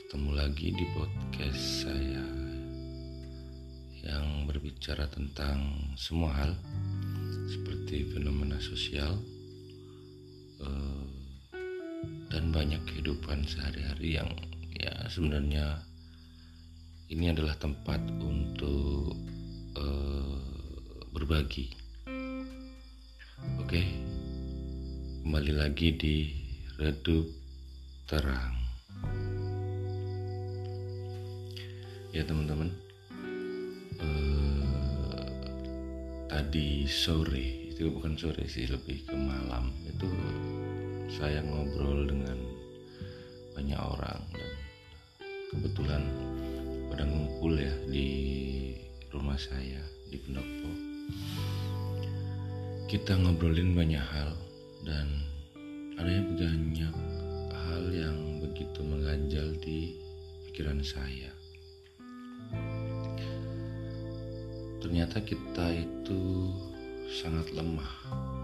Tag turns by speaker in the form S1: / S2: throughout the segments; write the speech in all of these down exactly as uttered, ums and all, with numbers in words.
S1: Ketemu lagi di podcast saya yang berbicara tentang semua hal seperti fenomena sosial eh, dan banyak kehidupan sehari-hari yang ya sebenarnya ini adalah tempat untuk eh, berbagi. Oke, kembali lagi di Redup Terang. Ya teman-teman, eh, tadi sore, itu bukan sore sih, lebih ke malam, itu saya ngobrol dengan banyak orang dan kebetulan pada ngumpul ya di rumah saya di Pendopo. Kita ngobrolin banyak hal dan ada banyak hal yang begitu mengganjal di pikiran saya. Ternyata kita itu sangat lemah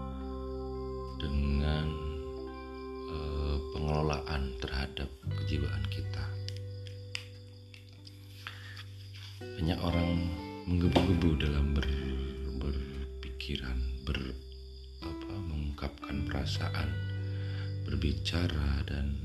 S1: dengan eh, pengelolaan terhadap kejiwaan kita. Banyak orang menggebu-gebu dalam ber, berpikiran, ber, apa, mengungkapkan perasaan, berbicara dan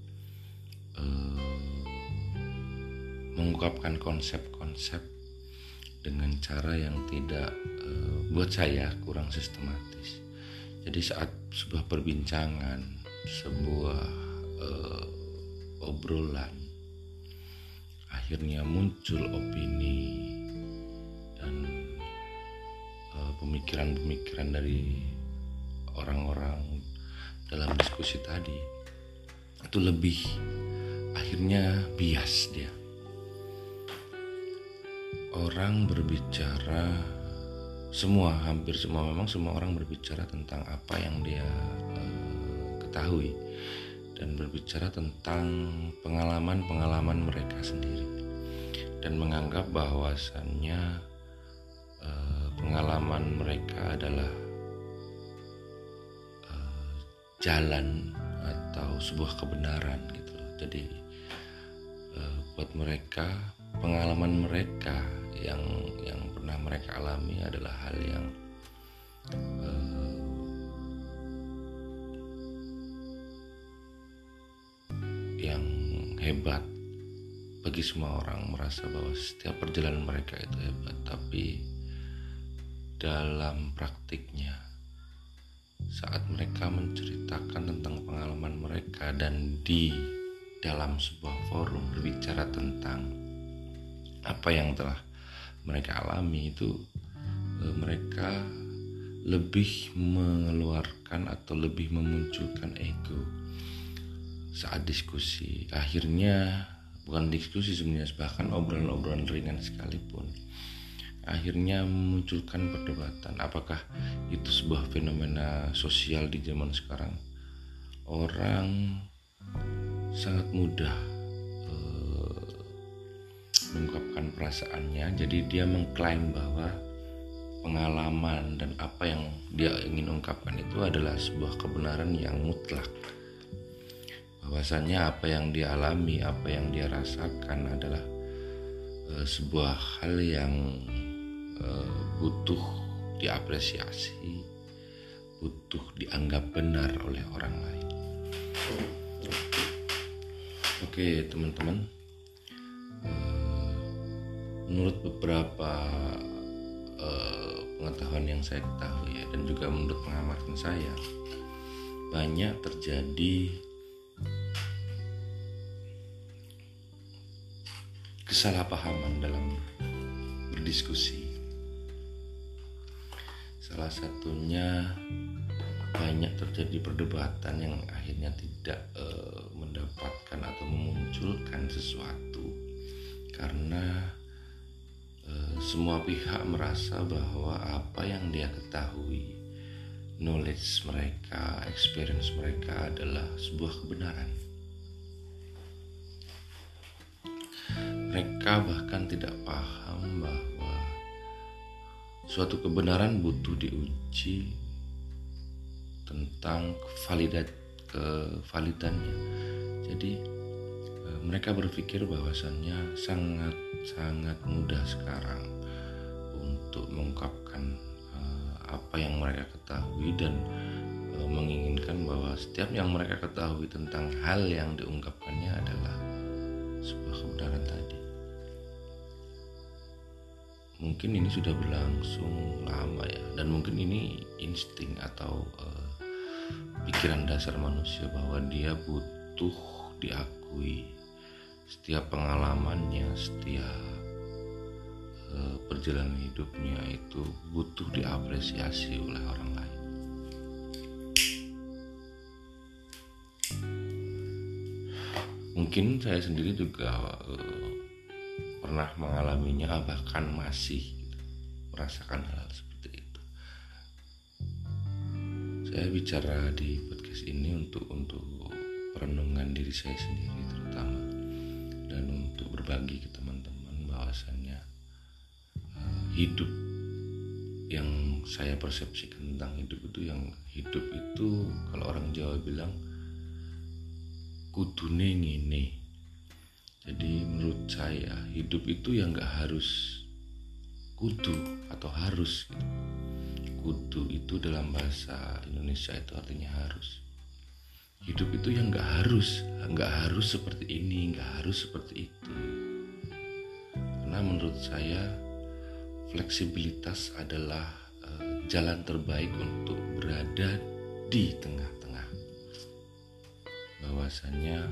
S1: eh, mengungkapkan konsep-konsep dengan cara yang tidak uh, buat saya kurang sistematis. Jadi saat sebuah perbincangan, sebuah uh, obrolan, akhirnya muncul opini dan uh, pemikiran-pemikiran dari orang-orang dalam diskusi tadi, itu lebih akhirnya bias dia. Orang berbicara, semua hampir semua memang semua orang berbicara tentang apa yang dia uh, ketahui dan berbicara tentang pengalaman-pengalaman mereka sendiri dan menganggap bahwasannya uh, pengalaman mereka adalah uh, jalan atau sebuah kebenaran gitu loh. Jadi uh, buat mereka pengalaman mereka yang yang pernah mereka alami adalah hal yang uh, yang hebat bagi semua orang, merasa bahwa setiap perjalanan mereka itu hebat, tapi dalam praktiknya saat mereka menceritakan tentang pengalaman mereka dan di dalam sebuah forum berbicara tentang apa yang telah mereka alami, itu e, mereka lebih mengeluarkan atau lebih memunculkan ego saat diskusi. Akhirnya bukan diskusi sebenarnya, bahkan obrolan-obrolan ringan sekalipun akhirnya memunculkan perdebatan. Apakah itu sebuah fenomena sosial di zaman sekarang? Orang sangat mudah mengungkapkan perasaannya, jadi dia mengklaim bahwa pengalaman dan apa yang dia ingin ungkapkan itu adalah sebuah kebenaran yang mutlak, bahwasanya apa yang dia alami, apa yang dia rasakan adalah e, sebuah hal yang e, butuh diapresiasi, butuh dianggap benar oleh orang lain. Oke teman-teman, menurut beberapa uh, pengetahuan yang saya ketahui ya, dan juga menurut pengamatan saya, banyak terjadi kesalahpahaman dalam berdiskusi. Salah satunya banyak terjadi perdebatan yang akhirnya tidak uh, mendapatkan atau memunculkan sesuatu karena semua pihak merasa bahwa apa yang dia ketahui, knowledge mereka, experience mereka adalah sebuah kebenaran. Mereka bahkan tidak paham bahwa suatu kebenaran butuh diuji tentang validat kevalidannya. Jadi mereka berpikir bahwasannya sangat sangat mudah sekarang untuk mengungkapkan uh, apa yang mereka ketahui dan uh, menginginkan bahwa setiap yang mereka ketahui tentang hal yang diungkapkannya adalah sebuah kebenaran tadi. Mungkin ini sudah berlangsung lama ya, dan mungkin ini insting atau uh, pikiran dasar manusia bahwa dia butuh diakui. Setiap pengalamannya, setiap uh, perjalanan hidupnya itu butuh diapresiasi oleh orang lain. Mungkin saya sendiri juga uh, pernah mengalaminya, bahkan masih gitu, merasakan hal seperti itu. Saya bicara di podcast ini untuk untuk perenungan diri saya sendiri terutama, dan untuk berbagi ke teman-teman bahwasannya uh, hidup yang saya persepsikan tentang hidup itu, yang hidup itu kalau orang Jawa bilang kudune ngene. Jadi menurut saya hidup itu yang gak harus kudu atau harus gitu. Kudu itu dalam bahasa Indonesia itu artinya harus. Hidup itu yang gak harus, gak harus seperti ini, gak harus seperti itu. Karena menurut saya fleksibilitas adalah uh, jalan terbaik untuk berada di tengah-tengah. Bahwasannya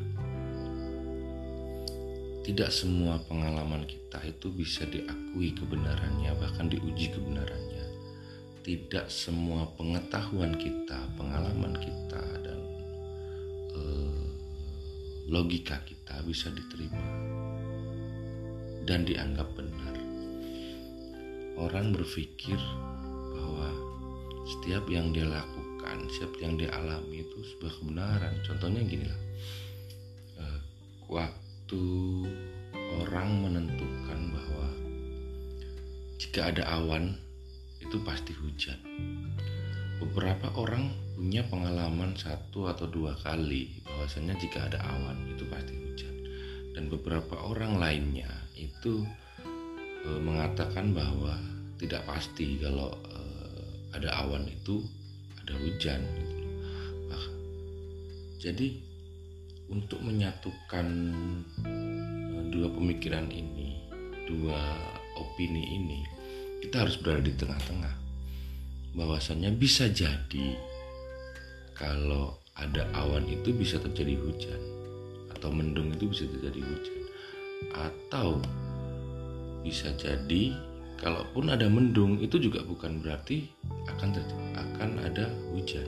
S1: tidak semua pengalaman kita itu bisa diakui kebenarannya, bahkan diuji kebenarannya. Tidak semua pengetahuan kita, pengalaman kita, dan eh, logika kita bisa diterima dan dianggap benar. Orang berpikir bahwa setiap yang dia lakukan, setiap yang dia alami itu sebuah kebenaran. Contohnya gini lah, eh, waktu orang menentukan bahwa jika ada awan itu pasti hujan. Beberapa orang punya pengalaman satu atau dua kali bahwasanya jika ada awan itu pasti hujan, dan beberapa orang lainnya itu e, mengatakan bahwa tidak pasti kalau e, ada awan itu ada hujan gitu. Nah, jadi untuk menyatukan dua pemikiran ini, dua opini ini, kita harus berada di tengah-tengah. Bahwasannya bisa jadi kalau ada awan itu bisa terjadi hujan, atau mendung itu bisa terjadi hujan, atau bisa jadi kalaupun ada mendung itu juga bukan berarti akan terjadi, akan ada hujan.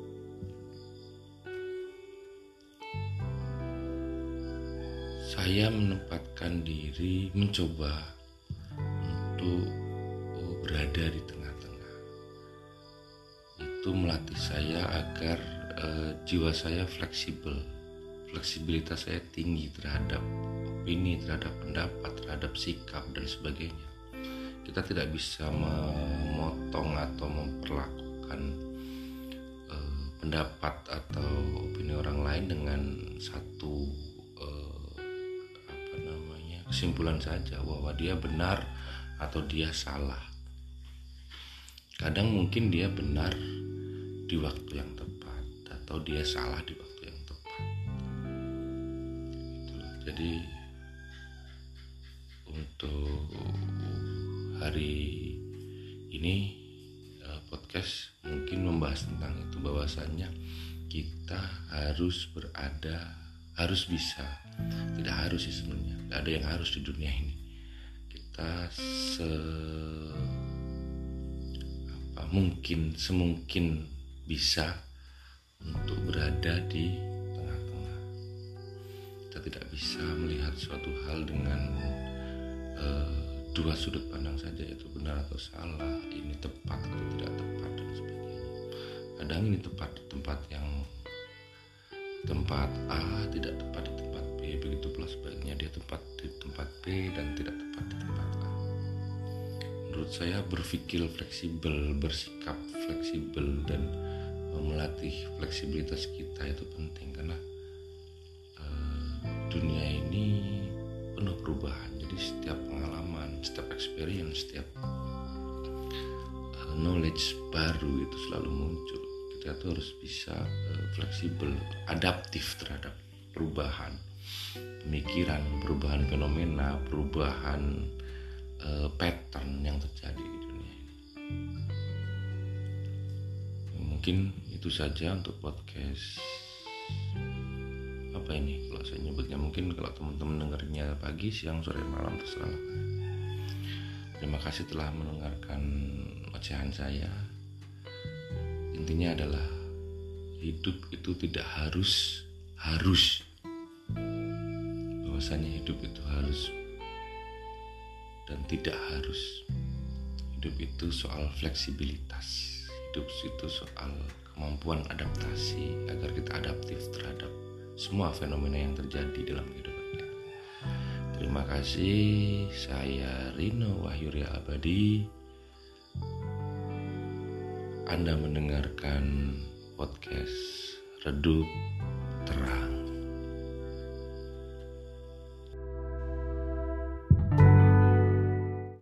S1: Saya menempatkan diri, mencoba untuk berada di tengah-tengah. Itu melatih saya agar eh, jiwa saya fleksibel, fleksibilitas saya tinggi terhadap opini, terhadap pendapat, terhadap sikap dan sebagainya. Kita tidak bisa memotong atau memperlakukan eh, pendapat atau opini orang lain dengan satu kesimpulan saja bahwa dia benar atau dia salah. Kadang mungkin dia benar di waktu yang tepat atau dia salah di waktu yang tepat. Itulah. Jadi untuk hari ini podcast mungkin membahas tentang itu, bahwasannya kita harus berada, harus bisa, tidak harus sih sebenarnya, tidak ada yang harus di dunia ini. Kita se apa mungkin semungkin bisa untuk berada di tengah-tengah. Kita tidak bisa melihat suatu hal dengan uh, dua sudut pandang saja, yaitu benar atau salah, ini tepat atau tidak tepat dan sebagainya. Kadang ini tepat di tempat yang tempat A, tidak tepat di tempat B, begitu pula sebaliknya, dia tepat di tempat B dan tidak tepat di tempat A. Menurut saya berpikir fleksibel, bersikap fleksibel dan melatih fleksibilitas kita itu penting, karena uh, dunia ini penuh perubahan. Jadi setiap pengalaman, setiap experience, setiap uh, knowledge baru itu selalu muncul. Kita tuh harus bisa uh, fleksibel, adaptif terhadap perubahan pemikiran, perubahan fenomena, perubahan uh, pattern yang terjadi di dunia ini. Mungkin itu saja untuk podcast apa ini kalau saya nyebutnya. Mungkin kalau teman-teman dengarnya pagi, siang, sore, malam, terserah. Terima kasih telah mendengarkan ocehan saya. Intinya adalah hidup itu tidak harus harus bahwasanya hidup itu harus dan tidak harus. Hidup itu soal fleksibilitas. Hidup itu soal kemampuan adaptasi agar kita adaptif terhadap semua fenomena yang terjadi dalam kehidupan kita. Terima kasih. Saya Rino Wahyurya Abadi. Anda mendengarkan podcast Redup Terang.